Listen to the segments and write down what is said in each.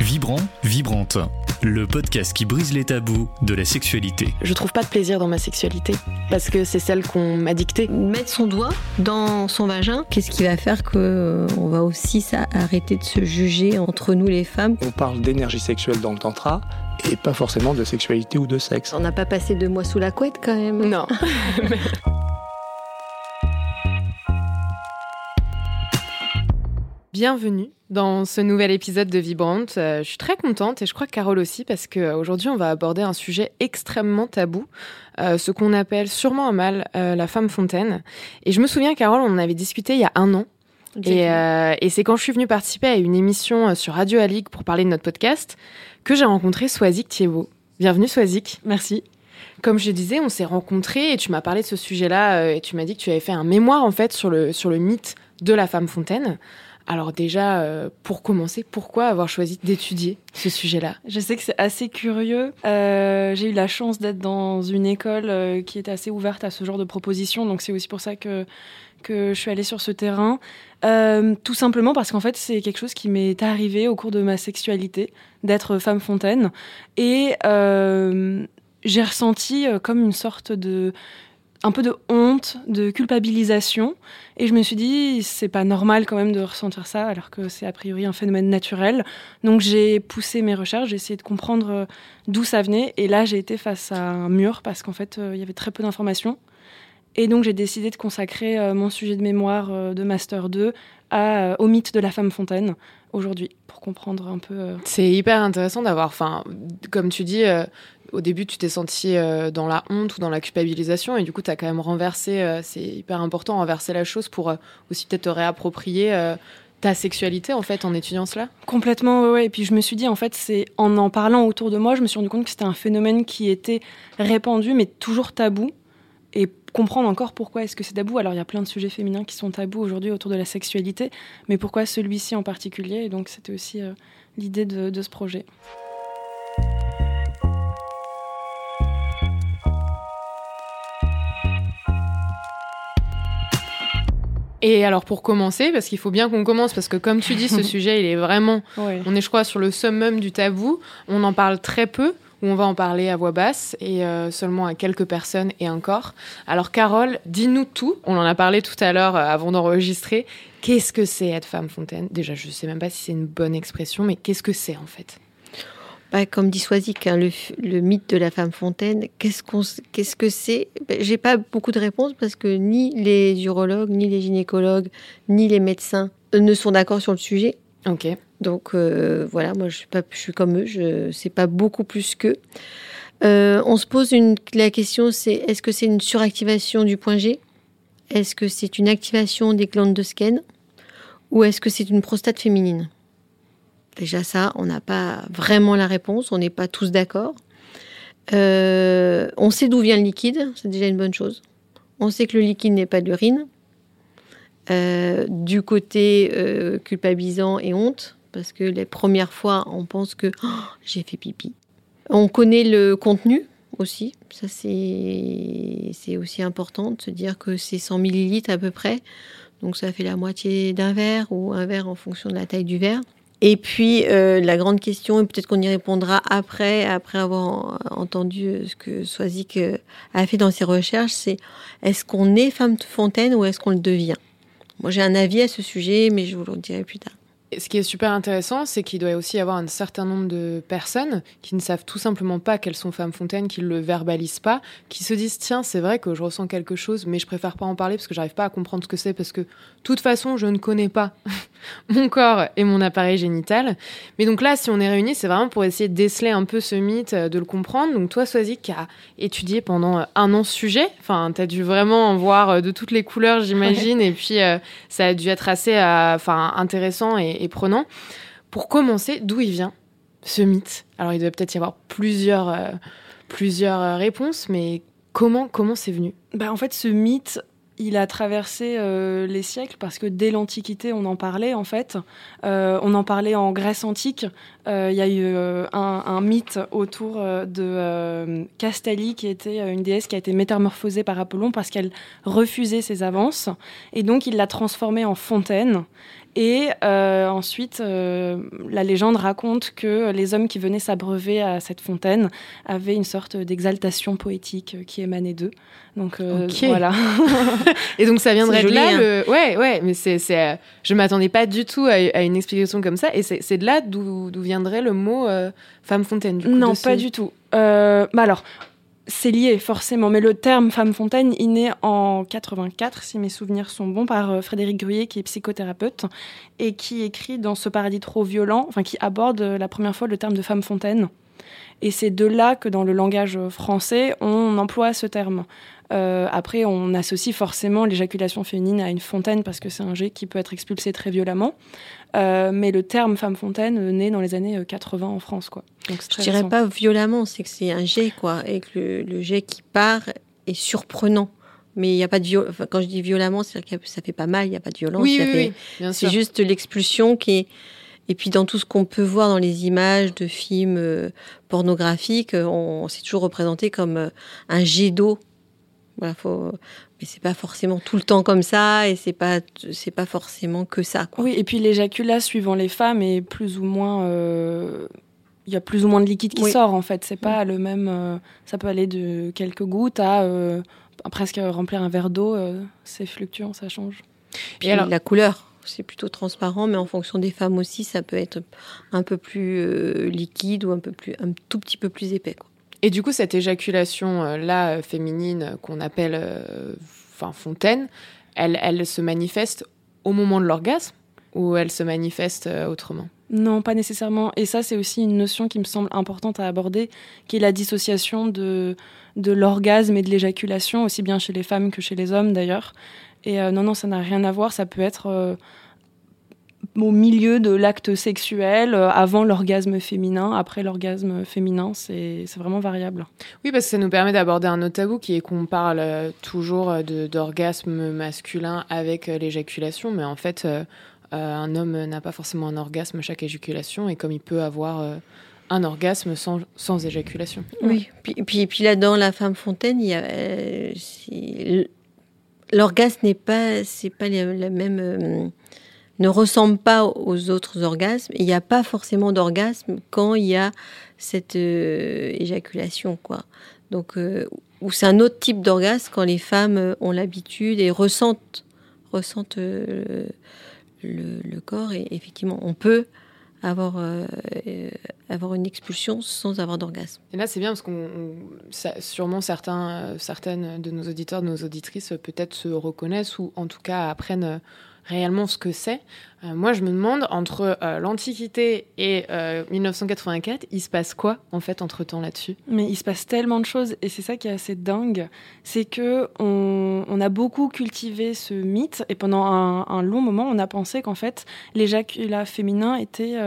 Vibrant, Vibrante, le podcast qui brise les tabous de la sexualité. Je trouve pas de plaisir dans ma sexualité, parce que c'est celle qu'on m'a dictée. Mettre son doigt dans son vagin, qu'est-ce qui va faire qu'on va aussi arrêter de se juger entre nous les femmes? On parle d'énergie sexuelle dans le tantra et pas forcément de sexualité ou de sexe. On n'a pas passé 2 mois sous la couette quand même. Non. Bienvenue dans ce nouvel épisode de Vibrante. Je suis très contente et je crois que Carole aussi parce qu'aujourd'hui on va aborder un sujet extrêmement tabou, ce qu'on appelle sûrement à mal la femme fontaine. Et je me souviens, Carole, on en avait discuté il y a 1 an. Et c'est quand je suis venue participer à une émission sur Radio Alig pour parler de notre podcast que j'ai rencontré Swazik Thiebaud. Bienvenue Swazik. Merci. Comme je disais, on s'est rencontrés et tu m'as parlé de ce sujet-là et tu m'as dit que tu avais fait un mémoire en fait sur le mythe de la femme fontaine. Alors déjà, pour commencer, pourquoi avoir choisi d'étudier ce sujet-là ? Je sais que c'est assez curieux. J'ai eu la chance d'être dans une école qui était assez ouverte à ce genre de propositions, donc c'est aussi pour ça que je suis allée sur ce terrain. Tout simplement parce qu'en fait, c'est quelque chose qui m'est arrivé au cours de ma sexualité, d'être femme fontaine. Et j'ai ressenti comme une sorte un peu de honte, de culpabilisation. Et je me suis dit, c'est pas normal quand même de ressentir ça, alors que c'est a priori un phénomène naturel. Donc j'ai poussé mes recherches, j'ai essayé de comprendre d'où ça venait. Et là, j'ai été face à un mur, parce qu'en fait, il y avait très peu d'informations. Et donc j'ai décidé de consacrer mon sujet de mémoire de Master 2 au mythe de la femme fontaine, aujourd'hui, pour comprendre un peu... C'est hyper intéressant d'avoir... comme tu dis... Au début, tu t'es sentie dans la honte ou dans la culpabilisation et du coup, tu as quand même renversé, c'est hyper important, renverser la chose pour aussi peut-être te réapproprier ta sexualité en fait en étudiant cela. Complètement, ouais. Et puis je me suis dit, en fait, c'est en parlant autour de moi, je me suis rendu compte que c'était un phénomène qui était répandu mais toujours tabou. Et comprendre encore pourquoi est-ce que c'est tabou. Alors, il y a plein de sujets féminins qui sont tabous aujourd'hui autour de la sexualité, mais pourquoi celui-ci en particulier ? Et donc, c'était aussi l'idée de ce projet. Et alors pour commencer, parce qu'il faut bien qu'on commence, parce que comme tu dis, ce sujet, il est vraiment... Ouais. On est, je crois, sur le summum du tabou. On en parle très peu, ou on va en parler à voix basse, et seulement à quelques personnes et encore. Alors Carole, dis-nous tout. On en a parlé tout à l'heure avant d'enregistrer. Qu'est-ce que c'est être femme fontaine ? Déjà, je ne sais même pas si c'est une bonne expression, mais qu'est-ce que c'est en fait ? Comme dit Swazik, le mythe de la femme fontaine, qu'est-ce que c'est ? J'ai pas beaucoup de réponses parce que ni les urologues, ni les gynécologues, ni les médecins ne sont d'accord sur le sujet. Ok. Donc voilà, moi je suis comme eux, je sais pas beaucoup plus qu'eux. On se pose la question, c'est est-ce que c'est une suractivation du point G ? Est-ce que c'est une activation des glandes de Skene ? Ou est-ce que c'est une prostate féminine ? Déjà ça, on n'a pas vraiment la réponse, on n'est pas tous d'accord. On sait d'où vient le liquide, c'est déjà une bonne chose. On sait que le liquide n'est pas de l'urine. Du côté culpabilisant et honte, parce que les premières fois, on pense que j'ai fait pipi. On connaît le contenu aussi, ça c'est aussi important de se dire que c'est 100 millilitres à peu près, donc ça fait la moitié d'un verre ou un verre en fonction de la taille du verre. Et puis, la grande question, et peut-être qu'on y répondra après avoir entendu ce que Swazik a fait dans ses recherches, c'est est-ce qu'on est femme fontaine ou est-ce qu'on le devient ? Moi, j'ai un avis à ce sujet, mais je vous le dirai plus tard. Ce qui est super intéressant, c'est qu'il doit aussi y avoir un certain nombre de personnes qui ne savent tout simplement pas qu'elles sont femmes fontaines, qui ne le verbalisent pas, qui se disent « Tiens, c'est vrai que je ressens quelque chose, mais je préfère pas en parler parce que j'arrive pas à comprendre ce que c'est, parce que de toute façon, je ne connais pas mon corps et mon appareil génital. » Mais donc là, si on est réunis, c'est vraiment pour essayer de déceler un peu ce mythe, de le comprendre. Donc toi, Swazik, qui a étudié pendant 1 an ce sujet, enfin, tu as dû vraiment en voir de toutes les couleurs, j'imagine, et puis ça a dû être assez intéressant et prenant. Pour commencer, d'où il vient ce mythe ? Alors, il doit peut-être y avoir plusieurs réponses, mais comment c'est venu ? En fait, ce mythe, il a traversé les siècles parce que dès l'Antiquité, on en parlait en fait. On en parlait en Grèce antique. Il y a eu un mythe autour de Castalie, qui était une déesse qui a été métamorphosée par Apollon parce qu'elle refusait ses avances. Et donc, il l'a transformée en fontaine. Et ensuite, la légende raconte que les hommes qui venaient s'abreuver à cette fontaine avaient une sorte d'exaltation poétique qui émanait d'eux. Donc voilà. Et donc ça viendrait C'est de là. joli, Ouais, mais je m'attendais pas du tout à une explication comme ça. Et c'est de là d'où viendrait le mot femme fontaine. Du coup, non, pas du tout. Alors. C'est lié, forcément. Mais le terme femme fontaine, il naît en 84, si mes souvenirs sont bons, par Frédéric Gruyer, qui est psychothérapeute, et qui écrit dans Ce paradis trop violent, enfin, qui aborde la première fois le terme de femme fontaine. Et c'est de là que, dans le langage français, on emploie ce terme. Après, on associe forcément l'éjaculation féminine à une fontaine, parce que c'est un jet qui peut être expulsé très violemment. Mais le terme femme fontaine naît dans les années 80 en France, quoi. Donc c'est Je dirais récent. pas violemment, c'est que c'est un jet, quoi, et que le jet qui part est surprenant. Mais il n'y a pas de quand je dis violemment, c'est-à-dire que ça fait pas mal, il n'y a pas de violence. Oui, bien C'est sûr. juste l'expulsion qui est... Et puis dans tout ce qu'on peut voir dans les images de films pornographiques, on s'est toujours représenté comme un jet d'eau. Voilà, mais c'est pas forcément tout le temps comme ça, et c'est pas forcément que ça, quoi. Oui, et puis l'éjaculat, suivant les femmes, est plus ou moins... Il y a plus ou moins de liquide qui sort, en fait. C'est pas le même... ça peut aller de quelques gouttes à presque remplir un verre d'eau. C'est fluctuant, ça change. Puis la couleur, c'est plutôt transparent, mais en fonction des femmes aussi, ça peut être un peu plus liquide ou un tout petit peu plus épais, quoi. Et du coup, cette éjaculation-là, féminine, qu'on appelle fontaine, elle se manifeste au moment de l'orgasme ou elle se manifeste autrement ? Non, pas nécessairement. Et ça, c'est aussi une notion qui me semble importante à aborder, qui est la dissociation de l'orgasme et de l'éjaculation, aussi bien chez les femmes que chez les hommes, d'ailleurs. Et non, ça n'a rien à voir. Ça peut être au milieu de l'acte sexuel, avant l'orgasme féminin, après l'orgasme féminin, c'est vraiment variable. Oui, parce que ça nous permet d'aborder un autre tabou qui est qu'on parle toujours d'orgasme masculin avec l'éjaculation, mais en fait, un homme n'a pas forcément un orgasme à chaque éjaculation, et comme il peut avoir un orgasme sans éjaculation. Oui, puis là-dedans, la femme fontaine, il y a, l'orgasme c'est pas la même... ne ressemble pas aux autres orgasmes. Il n'y a pas forcément d'orgasme quand il y a cette éjaculation, quoi. Donc, ou c'est un autre type d'orgasme quand les femmes ont l'habitude et ressentent le corps. Et effectivement, on peut avoir une expulsion sans avoir d'orgasme. Et là, c'est bien parce sûrement certaines de nos auditeurs, de nos auditrices, peut-être se reconnaissent ou en tout cas apprennent réellement ce que c'est. Moi, je me demande, entre l'Antiquité et 1984, il se passe quoi, en fait, entre-temps là-dessus ? Mais il se passe tellement de choses, et c'est ça qui est assez dingue, c'est que on a beaucoup cultivé ce mythe, et pendant un long moment, on a pensé qu'en fait, l'éjaculat féminin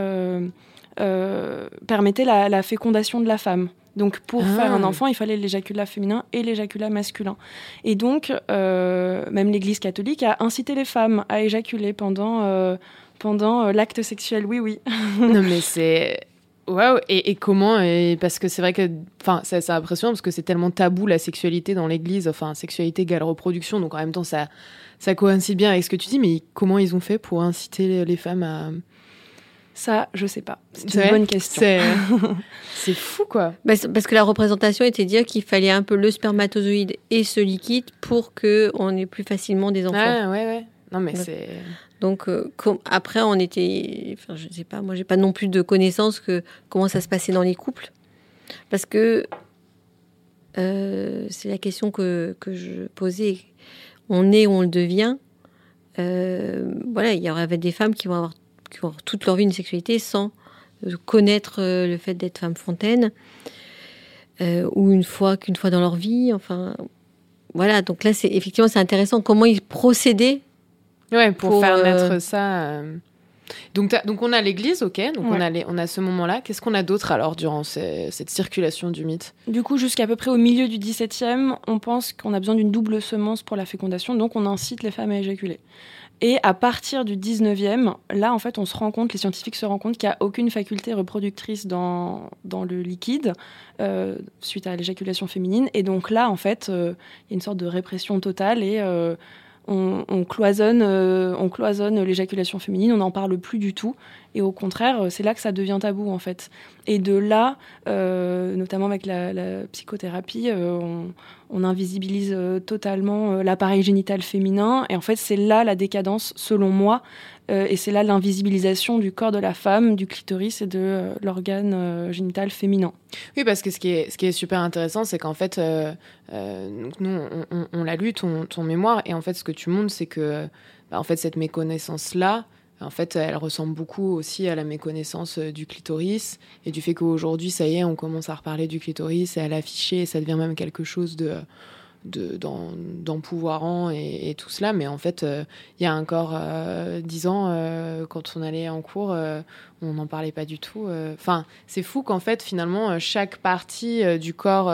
permettait la fécondation de la femme. Donc, pour faire un enfant, il fallait l'éjaculat féminin et l'éjaculat masculin. Et donc, même l'Église catholique a incité les femmes à éjaculer pendant l'acte sexuel. Oui. Non, mais c'est... Waouh. Et comment parce que c'est vrai que... Enfin, c'est impressionnant parce que c'est tellement tabou, la sexualité dans l'Église. Enfin, sexualité égale reproduction. Donc, en même temps, ça coïncide bien avec ce que tu dis. Mais comment ils ont fait pour inciter les femmes à... Ça, je sais pas. C'est une bonne question. C'est fou, quoi. Parce que la représentation était de dire qu'il fallait un peu le spermatozoïde et ce liquide pour qu'on ait plus facilement des enfants. Ah, ouais. Non, mais c'est... Donc, après, on était... Enfin, je sais pas, moi, j'ai pas non plus de connaissances comment ça se passait dans les couples. Parce que c'est la question que je posais. On est ou on le devient. Voilà, il y aurait des femmes qui vont avoir toute leur vie une sexualité sans connaître le fait d'être femme fontaine, ou qu'une fois dans leur vie, enfin voilà. Donc là, c'est intéressant comment ils procédaient pour faire naître ça. Donc on a l'Église, ok, donc on a ce moment-là. Qu'est-ce qu'on a d'autre alors durant cette circulation du mythe ? Du coup, jusqu'à peu près au milieu du XVIIe, on pense qu'on a besoin d'une double semence pour la fécondation, donc on incite les femmes à éjaculer. Et à partir du 19e, là, en fait, les scientifiques se rendent compte qu'il n'y a aucune faculté reproductrice dans le liquide suite à l'éjaculation féminine. Et donc là, en fait, il y a une sorte de répression totale et on cloisonne l'éjaculation féminine, on n'en parle plus du tout. Et au contraire, c'est là que ça devient tabou, en fait. Et de là, notamment avec la psychothérapie, on invisibilise totalement l'appareil génital féminin. Et en fait, c'est là la décadence, selon moi. Et c'est là l'invisibilisation du corps de la femme, du clitoris et de l'organe génital féminin. Oui, parce que ce qui est super intéressant, c'est qu'en fait, nous, on l'a lu, ton mémoire, et en fait, ce que tu montres, c'est que en fait, cette méconnaissance-là, en fait, elle ressemble beaucoup aussi à la méconnaissance du clitoris et du fait qu'aujourd'hui, ça y est, on commence à reparler du clitoris et à l'afficher, et ça devient même quelque chose d'empouvoirant et tout cela. Mais en fait, il y a encore 10 ans, quand on allait en cours, on n'en parlait pas du tout. Enfin, c'est fou qu'en fait, finalement, chaque partie du corps,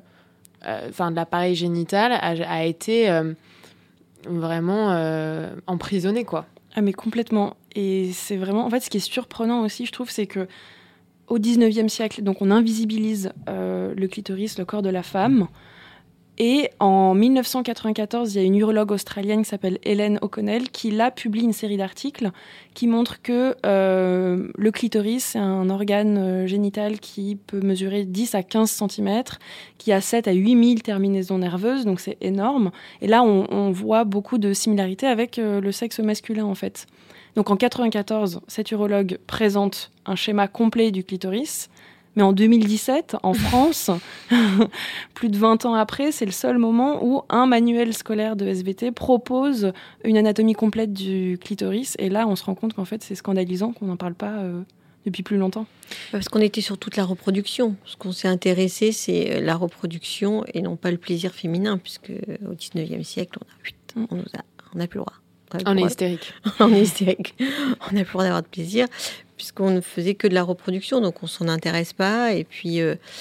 de l'appareil génital a été vraiment emprisonnée, quoi. Ah, mais complètement. Et c'est vraiment... En fait, ce qui est surprenant aussi, je trouve, c'est que au 19e siècle, donc on invisibilise le clitoris, le corps de la femme. Et en 1994, il y a une urologue australienne qui s'appelle Helen O'Connell qui, là, publie une série d'articles qui montrent que le clitoris, c'est un organe génital qui peut mesurer 10 à 15 cm, qui a 7 à 8 000 terminaisons nerveuses, donc c'est énorme. Et là, on voit beaucoup de similarités avec le sexe masculin, en fait. Donc en 1994, cette urologue présente un schéma complet du clitoris. Mais en 2017, en France, plus de 20 ans après, c'est le seul moment où un manuel scolaire de SVT propose une anatomie complète du clitoris. Et là, on se rend compte qu'en fait, c'est scandalisant qu'on n'en parle pas depuis plus longtemps. Parce qu'on était sur toute la reproduction. Ce qu'on s'est intéressé, c'est la reproduction et non pas le plaisir féminin, puisque au 19e siècle, on n'a plus le droit. On est hystérique. On est hystérique. On n'a plus le droit d'avoir de plaisir, puisqu'on ne faisait que de la reproduction, donc on ne s'en intéresse pas. Et puis,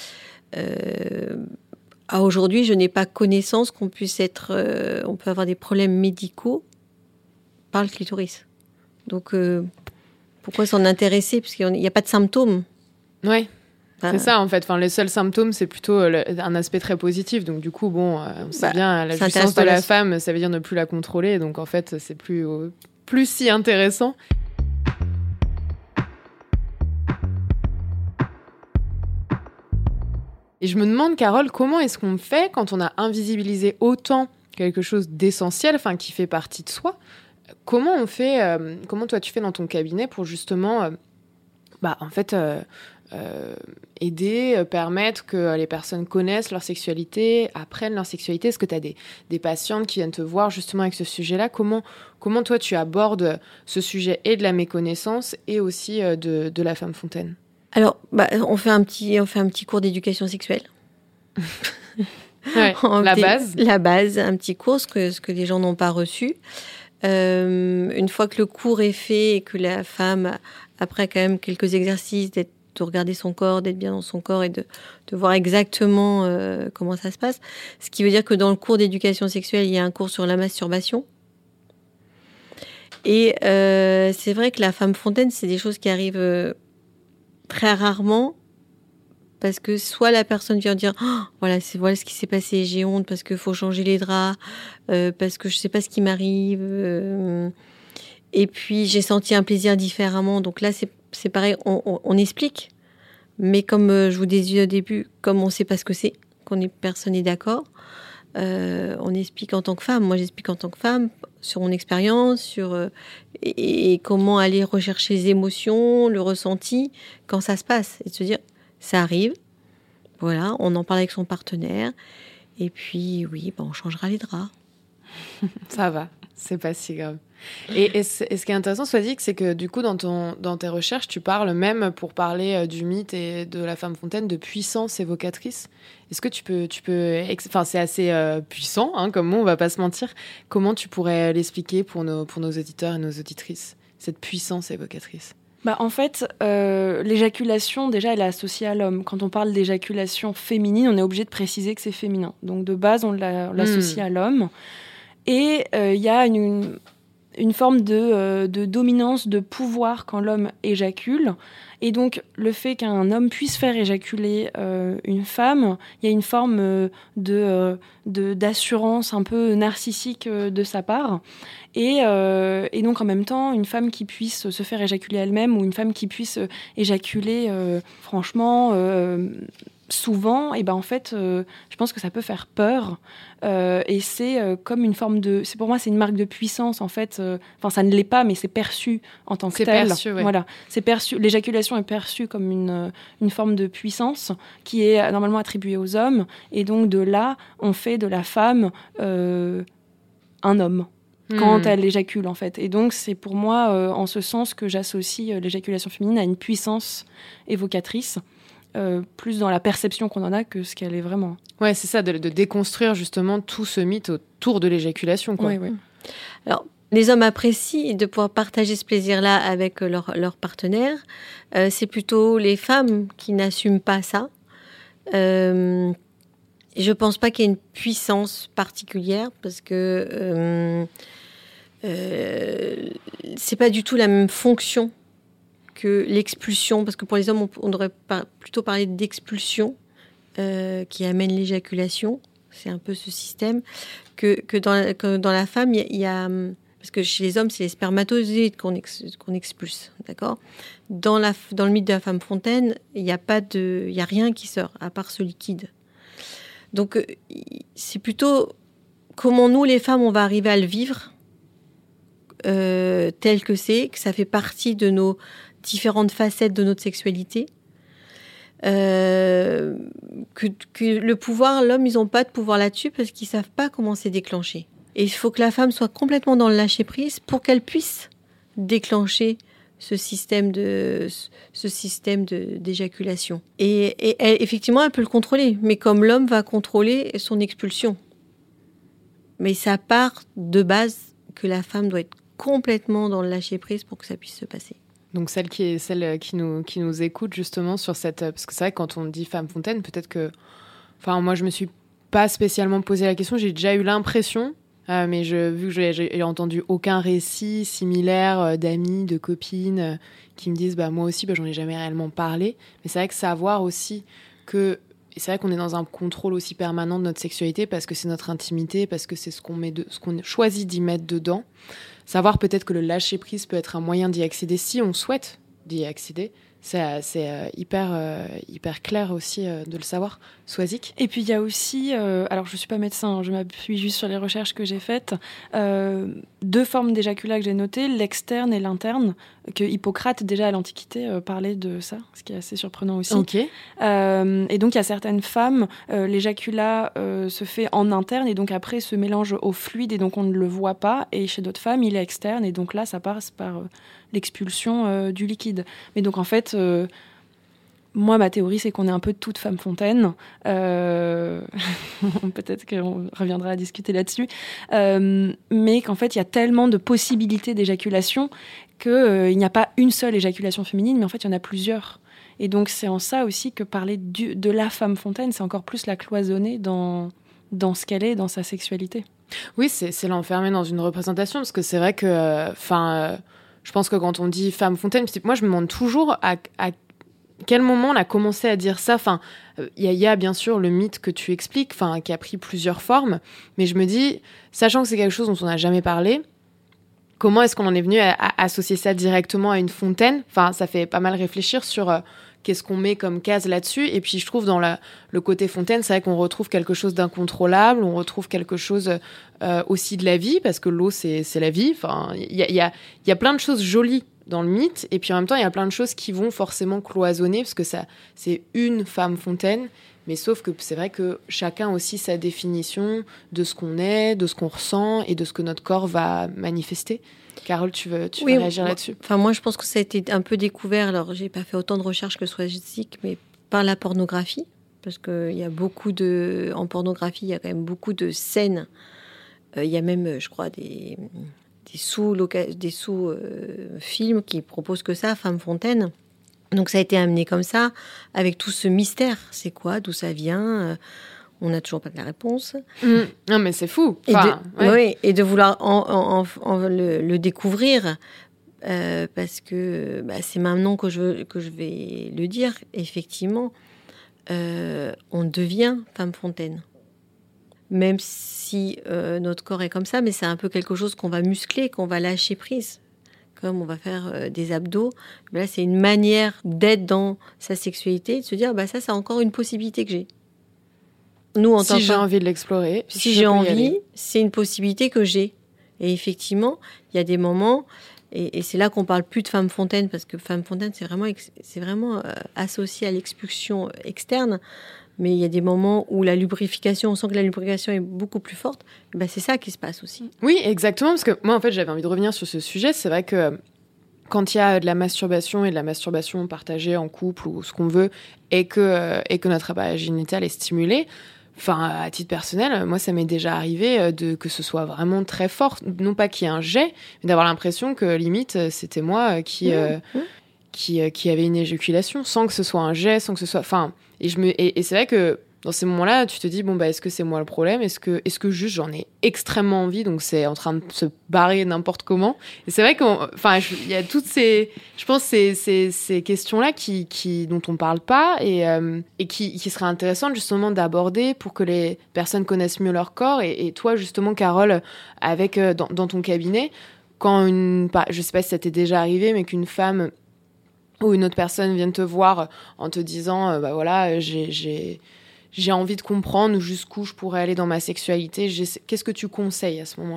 à aujourd'hui, je n'ai pas connaissance qu'on puisse être... on peut avoir des problèmes médicaux par le clitoris. Donc, pourquoi s'en intéresser? Parce qu'il n'y a pas de symptômes. Oui. C'est ça, en fait. Enfin, les seuls symptômes, c'est plutôt un aspect très positif. Donc, du coup, bon, on sait bien, la jouissance de la femme, ça veut dire ne plus la contrôler. Donc, en fait, c'est plus si intéressant. Et je me demande, Carole, comment est-ce qu'on fait quand on a invisibilisé autant quelque chose d'essentiel, enfin, qui fait partie de soi? Comment on fait, comment toi tu fais dans ton cabinet pour justement, aider, permettre que les personnes connaissent leur sexualité, apprennent leur sexualité? Est-ce que tu as des patientes qui viennent te voir justement avec ce sujet-là? Comment toi tu abordes ce sujet et de la méconnaissance et aussi de la femme fontaine? Alors, on fait un petit cours d'éducation sexuelle. Ouais, la base, un petit cours, ce que les gens n'ont pas reçu. Une fois que le cours est fait et que la femme, après quand même quelques exercices, de regarder son corps, d'être bien dans son corps et de voir exactement comment ça se passe. Ce qui veut dire que dans le cours d'éducation sexuelle, il y a un cours sur la masturbation. Et c'est vrai que la femme fontaine, c'est des choses qui arrivent très rarement. Parce que soit la personne vient dire voilà ce qui s'est passé, j'ai honte parce qu'il faut changer les draps, parce que je ne sais pas ce qui m'arrive. Et puis j'ai senti un plaisir différemment. Donc là, c'est pareil, on explique. Mais comme je vous disais au début, comme on ne sait pas ce que c'est, personne n'est d'accord, on explique en tant que femme. Moi, j'explique en tant que femme sur mon expérience, et comment aller rechercher les émotions, le ressenti, quand ça se passe. Et de se dire... Ça arrive, voilà, on en parle avec son partenaire, et puis oui, on changera les draps. Ça va, c'est pas si grave. Et ce qui est intéressant, soit dit, c'est que du coup, dans tes recherches, tu parles même, pour parler du mythe et de la femme fontaine, de puissance évocatrice. Est-ce que tu peux enfin, c'est assez puissant, hein, comme mot, on va pas se mentir. Comment tu pourrais l'expliquer pour nos auditeurs et nos auditrices, cette puissance évocatrice? En fait, l'éjaculation, déjà, elle est associée à l'homme. Quand on parle d'éjaculation féminine, on est obligé de préciser que c'est féminin. Donc, de base, on l'associe à l'homme. Et il y a une forme de dominance, de pouvoir quand l'homme éjacule. Et donc, le fait qu'un homme puisse faire éjaculer une femme, il y a une forme d'assurance un peu narcissique de sa part. Et donc, en même temps, une femme qui puisse se faire éjaculer elle-même ou une femme qui puisse éjaculer, franchement, souvent, et ben en fait, je pense que ça peut faire peur. Et c'est comme une forme de... Pour moi, c'est une marque de puissance, en fait. Enfin, ça ne l'est pas, mais c'est perçu en tant que tel. C'est perçu, oui. Voilà. C'est perçu. L'éjaculation est perçue comme une forme de puissance qui est normalement attribuée aux hommes. Et donc, de là, on fait de la femme un homme. Quand elle éjacule, en fait. Et donc, c'est pour moi, en ce sens, que j'associe l'éjaculation féminine à une puissance évocatrice, plus dans la perception qu'on en a que ce qu'elle est vraiment. Ouais, c'est ça, de déconstruire justement tout ce mythe autour de l'éjaculation, quoi. Oui. Alors, les hommes apprécient de pouvoir partager ce plaisir-là avec leur partenaire. C'est plutôt les femmes qui n'assument pas ça. Je pense pas qu'il y ait une puissance particulière parce que c'est pas du tout la même fonction que l'expulsion, parce que pour les hommes on devrait plutôt parler d'expulsion qui amène l'éjaculation. C'est un peu ce système que dans la femme il y a parce que chez les hommes c'est les spermatozoïdes qu'on expulse, d'accord. Dans le mythe de la femme fontaine il y a rien qui sort à part ce liquide. Donc, c'est plutôt comment nous, les femmes, on va arriver à le vivre tel que ça fait partie de nos différentes facettes de notre sexualité. Que le pouvoir, l'homme, ils n'ont pas de pouvoir là-dessus parce qu'ils ne savent pas comment c'est déclenché. Et il faut que la femme soit complètement dans le lâcher-prise pour qu'elle puisse déclencher ce système d'éjaculation. Et elle, effectivement, elle peut le contrôler, mais comme l'homme va contrôler son expulsion. Mais ça part de base que la femme doit être complètement dans le lâcher-prise pour que ça puisse se passer. Donc celle qui nous écoute justement sur cette... Parce que c'est vrai que quand on dit femme fontaine, peut-être que... Enfin, moi, je me suis pas spécialement posé la question, j'ai déjà eu l'impression... mais vu que j'ai entendu aucun récit similaire d'amis, de copines qui me disent moi aussi j'en ai jamais réellement parlé, mais c'est vrai que savoir aussi que, et c'est vrai qu'on est dans un contrôle aussi permanent de notre sexualité parce que c'est notre intimité, parce que c'est ce qu'on choisit d'y mettre dedans, savoir peut-être que le lâcher prise peut être un moyen d'y accéder si on souhaite d'y accéder. C'est hyper clair aussi de le savoir. Swazik. Et puis il y a aussi, alors je ne suis pas médecin, je m'appuie juste sur les recherches que j'ai faites, 2 formes d'éjaculat que j'ai notées, l'externe et l'interne, que Hippocrate déjà à l'Antiquité parlait de ça, ce qui est assez surprenant aussi. Okay. Et donc il y a certaines femmes, l'éjaculat se fait en interne et donc après se mélange au fluide et donc on ne le voit pas, et chez d'autres femmes il est externe et donc là ça passe par l'expulsion du liquide. Mais donc en fait... moi, ma théorie, c'est qu'on est un peu toutes femmes fontaines. Peut-être qu'on reviendra à discuter là-dessus. Mais qu'en fait, il y a tellement de possibilités d'éjaculation qu'il n'y a pas une seule éjaculation féminine, mais en fait, il y en a plusieurs. Et donc, c'est en ça aussi que parler de la femme fontaine, c'est encore plus la cloisonner dans ce qu'elle est, dans sa sexualité. Oui, c'est l'enfermer dans une représentation, parce que c'est vrai que... je pense que quand on dit femme fontaine, moi, je me demande toujours à quel moment on a commencé à dire ça. Enfin, il y a bien sûr le mythe que tu expliques, qui a pris plusieurs formes, mais je me dis, sachant que c'est quelque chose dont on n'a jamais parlé, comment est-ce qu'on en est venu à associer ça directement à une fontaine ? Enfin, ça fait pas mal réfléchir sur qu'est-ce qu'on met comme case là-dessus. Et puis, je trouve dans le côté fontaine, c'est vrai qu'on retrouve quelque chose d'incontrôlable, on retrouve quelque chose aussi de la vie, parce que l'eau, c'est la vie. Enfin, il y a plein de choses jolies dans le mythe, et puis en même temps il y a plein de choses qui vont forcément cloisonner parce que ça c'est une femme fontaine, mais sauf que c'est vrai que chacun a aussi sa définition de ce qu'on est, de ce qu'on ressent et de ce que notre corps va manifester. Carole, tu veux réagir là-dessus? Enfin, moi je pense que ça a été un peu découvert, alors j'ai pas fait autant de recherches que Swazik, mais par la pornographie, parce que il y a en pornographie il y a quand même beaucoup de scènes, il y a même je crois des sous-films qui proposent que ça, Femme Fontaine. Donc ça a été amené comme ça, avec tout ce mystère. C'est quoi ? D'où ça vient ? On n'a toujours pas de la réponse. Non, mais c'est fou. Et de vouloir le découvrir parce que c'est maintenant que je vais le dire. Effectivement, on devient femme fontaine. Même si notre corps est comme ça, mais c'est un peu quelque chose qu'on va muscler, qu'on va lâcher prise. Comme on va faire des abdos, là c'est une manière d'être dans sa sexualité, de se dire ça c'est encore une possibilité que j'ai. Nous, en tant si j'ai envie de l'explorer, si j'ai envie, c'est une possibilité que j'ai. Et effectivement, il y a des moments, et c'est là qu'on parle plus de femme fontaine, parce que femme fontaine c'est vraiment associé à l'expulsion externe. Mais il y a des moments où la lubrification, on sent que la lubrification est beaucoup plus forte. C'est ça qui se passe aussi. Oui, exactement. Parce que moi, en fait, j'avais envie de revenir sur ce sujet. C'est vrai que quand il y a de la masturbation et de la masturbation partagée en couple ou ce qu'on veut, et que notre appareil génital est stimulé, à titre personnel, moi, ça m'est déjà arrivé que ce soit vraiment très fort. Non pas qu'il y ait un jet, mais d'avoir l'impression que limite, c'était moi qui avait une éjaculation, sans que ce soit un jet, sans que ce soit... Et c'est vrai que dans ces moments-là, tu te dis, est-ce que c'est moi le problème ? Est-ce que juste j'en ai extrêmement envie, donc c'est en train de se barrer n'importe comment ? Et c'est vrai qu'il y a toutes ces... Je pense ces questions-là dont on ne parle pas et qui seraient intéressantes justement d'aborder pour que les personnes connaissent mieux leur corps. Et toi, justement, Carole, avec dans ton cabinet, quand je ne sais pas si ça t'est déjà arrivé, mais qu'une femme... ou une autre personne vienne te voir en te disant j'ai envie de comprendre jusqu'où je pourrais aller dans ma sexualité. Qu'est-ce que tu conseilles à ce moment-là ?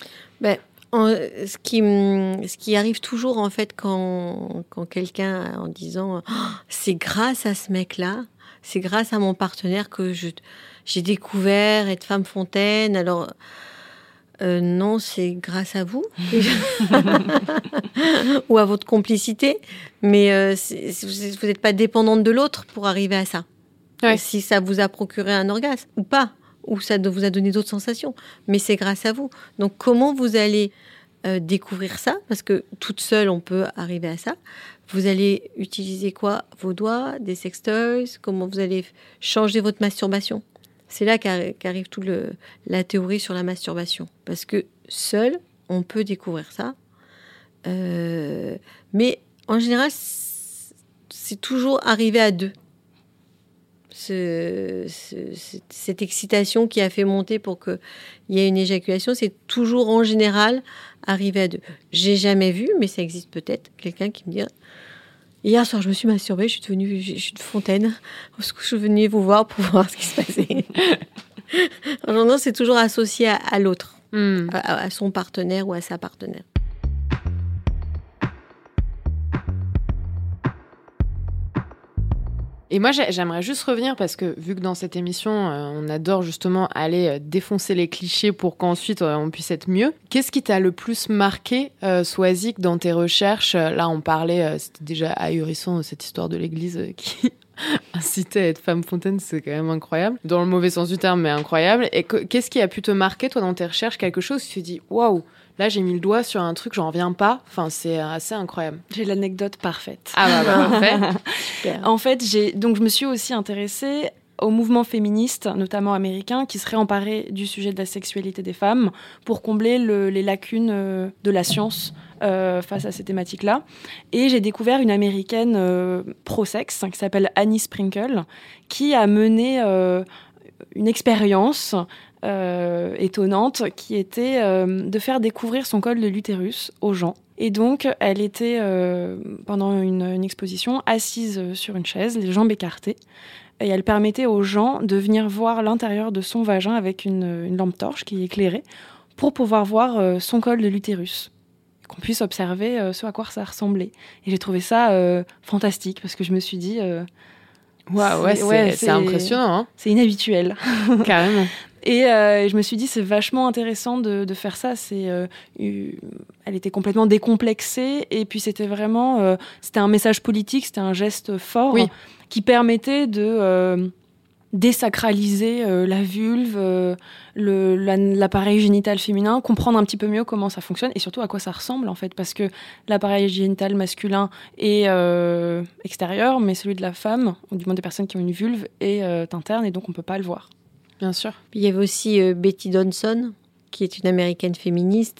Ce qui arrive toujours en fait quand quelqu'un en disant c'est grâce à ce mec-là, c'est grâce à mon partenaire que j'ai découvert être femme fontaine. Alors non, c'est grâce à vous ou à votre complicité, mais vous n'êtes pas dépendante de l'autre pour arriver à ça. Ouais. Si ça vous a procuré un orgasme ou pas, ou ça vous a donné d'autres sensations, mais c'est grâce à vous. Donc comment vous allez découvrir ça ? Parce que toute seule, on peut arriver à ça. Vous allez utiliser quoi ? Vos doigts, des sextoys ? Comment vous allez changer votre masturbation ? C'est là qu'arrive toute la théorie sur la masturbation. Parce que seul, on peut découvrir ça. Mais en général, c'est toujours arrivé à deux. Cette excitation qui a fait monter pour qu'il y ait une éjaculation, c'est toujours en général arrivé à deux. J'ai jamais vu, mais ça existe peut-être, quelqu'un qui me dit « Hier soir, je me suis masturbée, je suis une fontaine. Je suis venue vous voir pour voir ce qui se passait. » Non, c'est toujours associé à l'autre, à son partenaire ou à sa partenaire. Et moi, j'aimerais juste revenir parce que vu que dans cette émission, on adore justement aller défoncer les clichés pour qu'ensuite on puisse être mieux. Qu'est-ce qui t'a le plus marqué, Swazik, dans tes recherches ? Là, on parlait, c'était déjà ahurissant, cette histoire de l'église qui incitait à être femme fontaine, c'est quand même incroyable. Dans le mauvais sens du terme, mais incroyable. Et qu'est-ce qui a pu te marquer, toi, dans tes recherches ? Quelque chose où tu te dis, waouh, là, j'ai mis le doigt sur un truc, j'en reviens pas. Enfin, c'est assez incroyable. J'ai l'anecdote parfaite. Ah parfait. En fait, je me suis aussi intéressée au mouvement féministe, notamment américain, qui serait emparé du sujet de la sexualité des femmes pour combler les lacunes de la science face à ces thématiques-là. Et j'ai découvert une américaine pro-sexe qui s'appelle Annie Sprinkle, qui a mené une expérience étonnante qui était de faire découvrir son col de l'utérus aux gens. Et donc, elle était, pendant une exposition, assise sur une chaise, les jambes écartées. Et elle permettait aux gens de venir voir l'intérieur de son vagin avec une lampe torche qui éclairait pour pouvoir voir son col de l'utérus. Et qu'on puisse observer ce à quoi ça ressemblait. Et j'ai trouvé ça fantastique parce que je me suis dit... c'est impressionnant. Hein, c'est inhabituel. Carrément. Et je me suis dit, c'est vachement intéressant de faire ça. Elle était complètement décomplexée. Et puis, c'était vraiment... c'était un message politique, c'était un geste fort qui permettait de désacraliser la vulve, l'appareil génital féminin, comprendre un petit peu mieux comment ça fonctionne et surtout à quoi ça ressemble, en fait. Parce que l'appareil génital masculin est extérieur, mais celui de la femme, ou du moins des personnes qui ont une vulve, est interne et donc on ne peut pas le voir. Bien sûr. Il y avait aussi Betty Johnson, qui est une américaine féministe,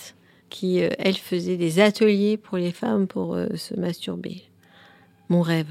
qui, elle, faisait des ateliers pour les femmes pour se masturber. Mon rêve.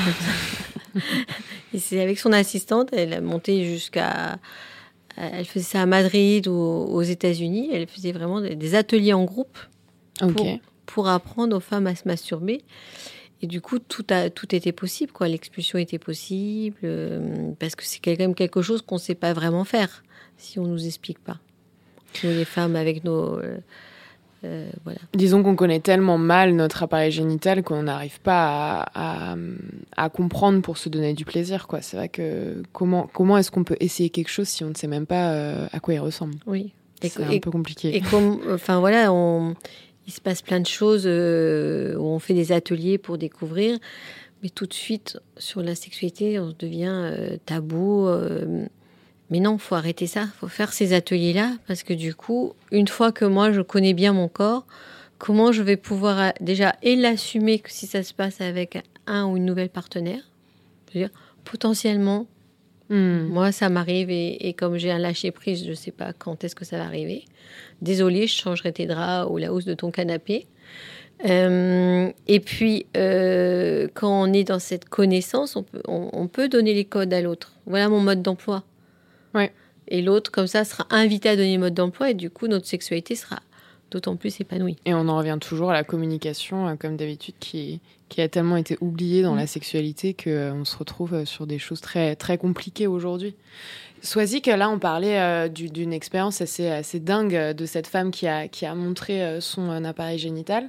Et c'est avec son assistante, elle a monté jusqu'à... Elle faisait ça à Madrid ou aux États-Unis. Elle faisait vraiment des ateliers en groupe pour apprendre aux femmes à se masturber. Et du coup, tout était possible, quoi. L'expulsion était possible, parce que c'est quand même quelque chose qu'on ne sait pas vraiment faire si on ne nous explique pas. Nous, les femmes, avec nos... voilà. Disons qu'on connaît tellement mal notre appareil génital qu'on n'arrive pas à comprendre pour se donner du plaisir, quoi. C'est vrai que comment est-ce qu'on peut essayer quelque chose si on ne sait même pas à quoi il ressemble? Oui. C'est un peu compliqué. Et il se passe plein de choses où on fait des ateliers pour découvrir, mais tout de suite, sur la sexualité, on devient tabou. Mais non, il faut arrêter ça. Il faut faire ces ateliers-là, parce que du coup, une fois que moi, je connais bien mon corps, comment je vais pouvoir déjà l'assumer que si ça se passe avec un ou une nouvelle partenaire, je veux dire, potentiellement, moi, ça m'arrive et comme j'ai un lâcher-prise, je ne sais pas quand est-ce que ça va arriver. Désolée, je changerai tes draps ou la housse de ton canapé. Et puis, quand on est dans cette connaissance, on peut donner les codes à l'autre. Voilà mon mode d'emploi. Ouais. Et l'autre, comme ça, sera invité à donner le mode d'emploi et du coup, notre sexualité sera d'autant plus épanouie. Et on en revient toujours à la communication, comme d'habitude, qui a tellement été oubliée dans la sexualité qu'on se retrouve sur des choses très, très compliquées aujourd'hui. Swazik, là, on parlait d'une expérience assez dingue de cette femme qui a montré son appareil génital.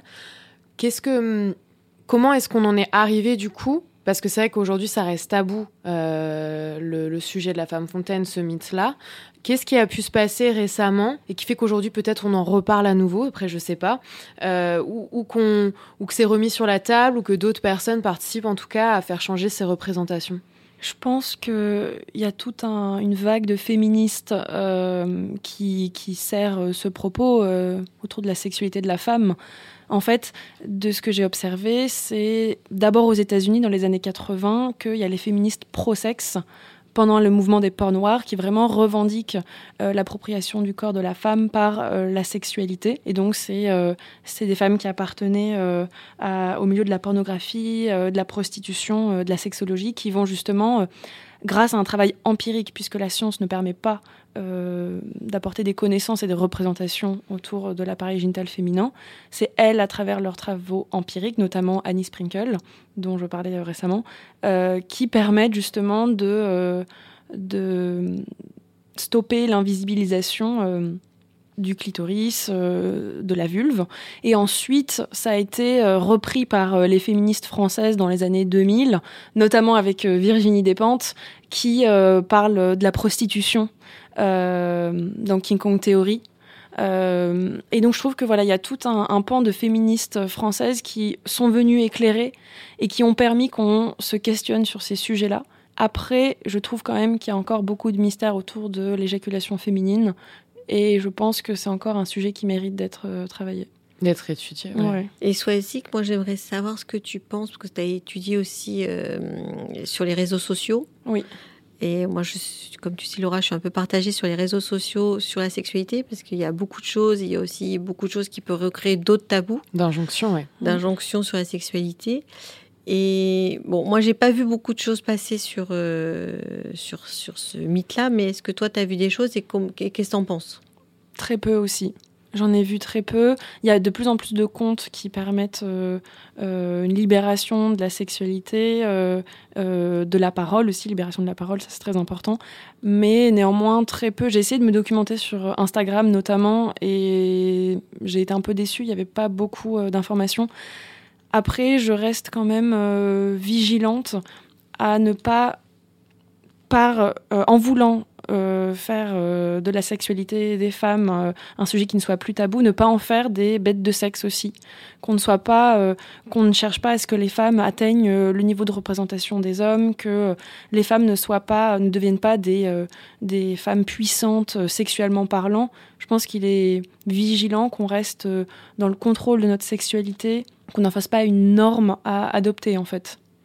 Comment est-ce qu'on en est arrivé, du coup ? Parce que c'est vrai qu'aujourd'hui, ça reste tabou, le sujet de la femme fontaine, ce mythe-là. Qu'est-ce qui a pu se passer récemment et qui fait qu'aujourd'hui, peut-être, on en reparle à nouveau, après, je sais pas, ou que c'est remis sur la table, ou que d'autres personnes participent, en tout cas, à faire changer ces représentations? Je pense qu'il y a toute une vague de féministes qui sert ce propos autour de la sexualité de la femme. En fait, de ce que j'ai observé, c'est d'abord aux États-Unis, dans les années 80, qu'il y a les féministes pro-sexe pendant le mouvement des porcs noirs qui vraiment revendiquent l'appropriation du corps de la femme par la sexualité. Et donc, c'est des femmes qui appartenaient au milieu de la pornographie, de la prostitution, de la sexologie, qui vont justement, grâce à un travail empirique, puisque la science ne permet pas d'apporter des connaissances et des représentations autour de l'appareil génital féminin. C'est elles, à travers leurs travaux empiriques, notamment Annie Sprinkle, dont je parlais récemment, qui permettent justement de stopper l'invisibilisation du clitoris, de la vulve. Et ensuite, ça a été repris par les féministes françaises dans les années 2000, notamment avec Virginie Despentes, qui parle de la prostitution dans King Kong Theory. Et donc je trouve que voilà, il y a tout un pan de féministes françaises qui sont venues éclairer et qui ont permis qu'on se questionne sur ces sujets-là. Après, je trouve quand même qu'il y a encore beaucoup de mystères autour de l'éjaculation féminine et je pense que c'est encore un sujet qui mérite d'être travaillé. D'être étudié, ouais. Ouais. Et Swazik, moi j'aimerais savoir ce que tu penses, parce que tu as étudié aussi sur les réseaux sociaux. Oui. Et moi, comme tu sais, Laura, je suis un peu partagée sur les réseaux sociaux, sur la sexualité, parce qu'il y a beaucoup de choses. Il y a aussi beaucoup de choses qui peuvent recréer d'autres tabous. D'injonctions, ouais. D'injonctions sur la sexualité. Et bon, moi, j'ai pas vu beaucoup de choses passer sur ce mythe-là, mais est-ce que toi, tu as vu des choses et qu'est-ce que tu en penses ? Très peu aussi. J'en ai vu très peu. Il y a de plus en plus de comptes qui permettent une libération de la sexualité, de la parole aussi, libération de la parole, ça c'est très important. Mais néanmoins, très peu. J'ai essayé de me documenter sur Instagram notamment et j'ai été un peu déçue, il n'y avait pas beaucoup d'informations. Après, je reste quand même vigilante à ne pas, en voulant faire de la sexualité des femmes un sujet qui ne soit plus tabou, ne pas en faire des bêtes de sexe aussi, qu'on ne cherche pas à ce que les femmes atteignent le niveau de représentation des hommes, que les femmes ne deviennent pas des femmes puissantes sexuellement parlant. Je pense qu'il est vigilant qu'on reste dans le contrôle de notre sexualité, qu'on n'en fasse pas une norme à adopter en fait.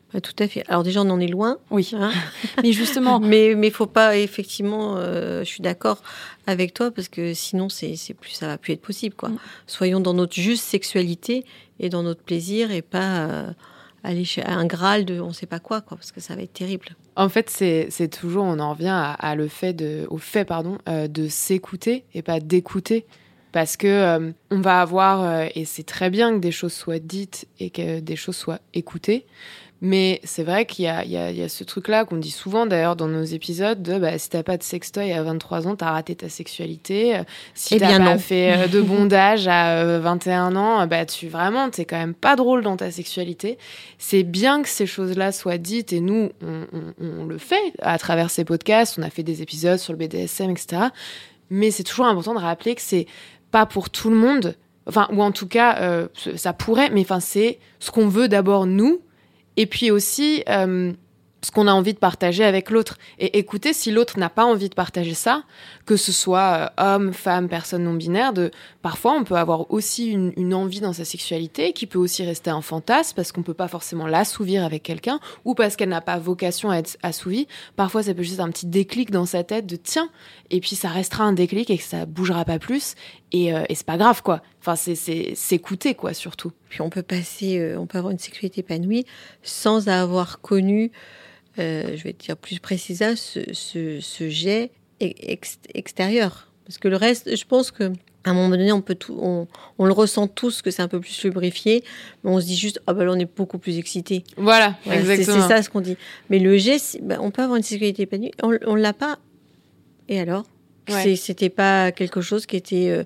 Tout à fait. Alors déjà, on en est loin. Oui, hein. mais justement... mais faut pas, effectivement, je suis d'accord avec toi, parce que sinon, ça va plus être possible, quoi. Soyons dans notre juste sexualité et dans notre plaisir, et pas aller chez un Graal de on sait pas quoi, parce que ça va être terrible. En fait, c'est toujours, on en revient au fait de s'écouter et pas d'écouter. Parce que on va avoir, et c'est très bien que des choses soient dites et que des choses soient écoutées, mais c'est vrai qu'il y a ce truc-là qu'on dit souvent d'ailleurs dans nos épisodes de si t'as pas de sextoy à 23 ans, t'as raté ta sexualité. Si t'as pas fait de bondage à 21 ans, t'es quand même pas drôle dans ta sexualité. C'est bien que ces choses-là soient dites, et nous, on le fait à travers ces podcasts. On a fait des épisodes sur le BDSM, etc. Mais c'est toujours important de rappeler que c'est pas pour tout le monde, ou en tout cas, ça pourrait, mais c'est ce qu'on veut d'abord nous, et puis aussi ce qu'on a envie de partager avec l'autre. Et écoutez, si l'autre n'a pas envie de partager ça, que ce soit homme, femme, personne non-binaire, parfois on peut avoir aussi une envie dans sa sexualité qui peut aussi rester un fantasme parce qu'on peut pas forcément l'assouvir avec quelqu'un, ou parce qu'elle n'a pas vocation à être assouvie. Parfois ça peut juste un petit déclic dans sa tête de tiens, et puis ça restera un déclic et que ça bougera pas plus, et c'est pas grave, quoi. C'est s'écouter, quoi, surtout. Puis on peut avoir une sexualité épanouie sans avoir connu, je vais te dire plus précisément, ce jet extérieur. Parce que le reste, je pense que à un moment donné, on le ressent tous, que c'est un peu plus lubrifié, mais on se dit juste, là, on est beaucoup plus excité. Voilà, exactement. C'est ça ce qu'on dit. Mais le jet, on peut avoir une sexualité épanouie, on l'a pas. Et alors ? Ouais. C'était pas quelque chose qui était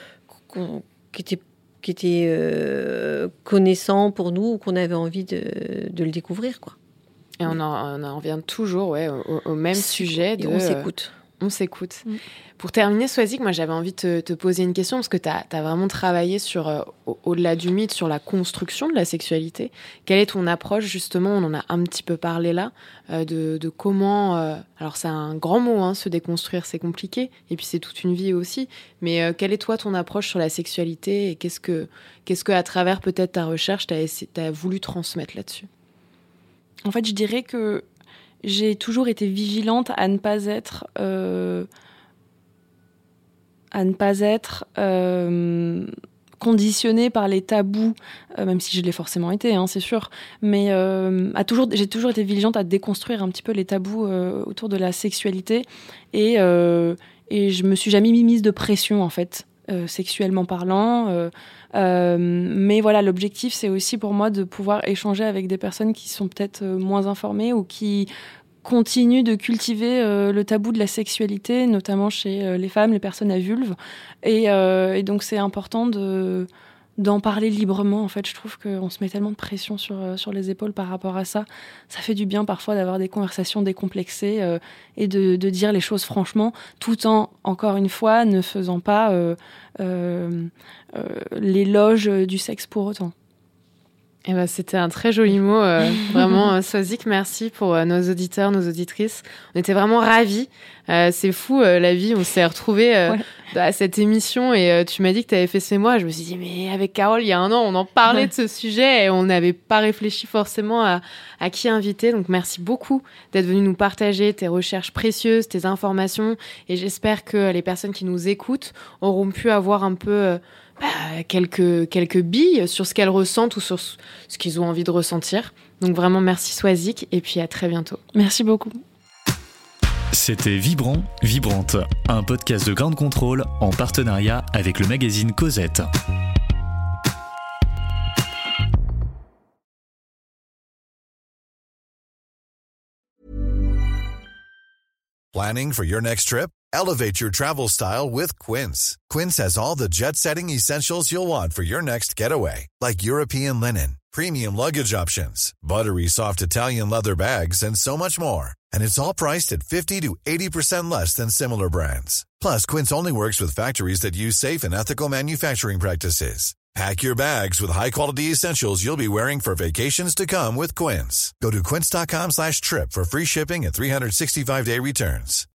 connaissant pour nous, ou qu'on avait envie de le découvrir, quoi. Et on en revient toujours au même sujet. On s'écoute. On s'écoute. Pour terminer, Swazik, moi j'avais envie de te poser une question, parce que tu as vraiment travaillé sur, au-delà du mythe, sur la construction de la sexualité. Quelle est ton approche, justement, on en a un petit peu parlé là, de comment... alors c'est un grand mot, se déconstruire, c'est compliqué, et puis c'est toute une vie aussi, mais quelle est toi ton approche sur la sexualité, et qu'est-ce que à travers peut-être ta recherche, t'as voulu transmettre là-dessus ? En fait, je dirais que j'ai toujours été vigilante à ne pas être conditionnée par les tabous, même si je l'ai forcément été, c'est sûr, mais j'ai toujours été vigilante à déconstruire un petit peu les tabous autour de la sexualité, et je me suis jamais mise de pression, en fait, sexuellement parlant, mais voilà, l'objectif c'est aussi pour moi de pouvoir échanger avec des personnes qui sont peut-être moins informées, ou qui continuent de cultiver le tabou de la sexualité, notamment chez les femmes, les personnes à vulve, et donc c'est important d'en parler librement. En fait, je trouve qu'on se met tellement de pression sur les épaules par rapport à ça. Ça fait du bien parfois d'avoir des conversations décomplexées, et de dire les choses franchement, tout en, encore une fois, ne faisant pas l'éloge du sexe pour autant. C'était un très joli mot, vraiment. Swazik, merci pour nos auditeurs, nos auditrices. On était vraiment ravis. C'est fou, la vie, on s'est retrouvés à cette émission, et tu m'as dit que tu avais fait ces mois. Je me suis dit, mais avec Carole, il y a un an, on en parlait de ce sujet, et on n'avait pas réfléchi forcément à qui inviter. Donc merci beaucoup d'être venu nous partager tes recherches précieuses, tes informations, et j'espère que les personnes qui nous écoutent auront pu avoir un peu... quelques billes sur ce qu'elles ressentent, ou sur ce qu'ils ont envie de ressentir. Donc vraiment merci Swazik, et puis à très bientôt. Merci beaucoup. C'était Vibrant, Vibrante, un podcast de Ground Control en partenariat avec le magazine Cosette. Planning for your next trip? Elevate your travel style with Quince. Quince has all the jet-setting essentials you'll want for your next getaway, like European linen, premium luggage options, buttery soft Italian leather bags, and so much more. And it's all priced at 50 to 80% less than similar brands. Plus, Quince only works with factories that use safe and ethical manufacturing practices. Pack your bags with high-quality essentials you'll be wearing for vacations to come with Quince. Go to quince.com/trip for free shipping and 365-day returns.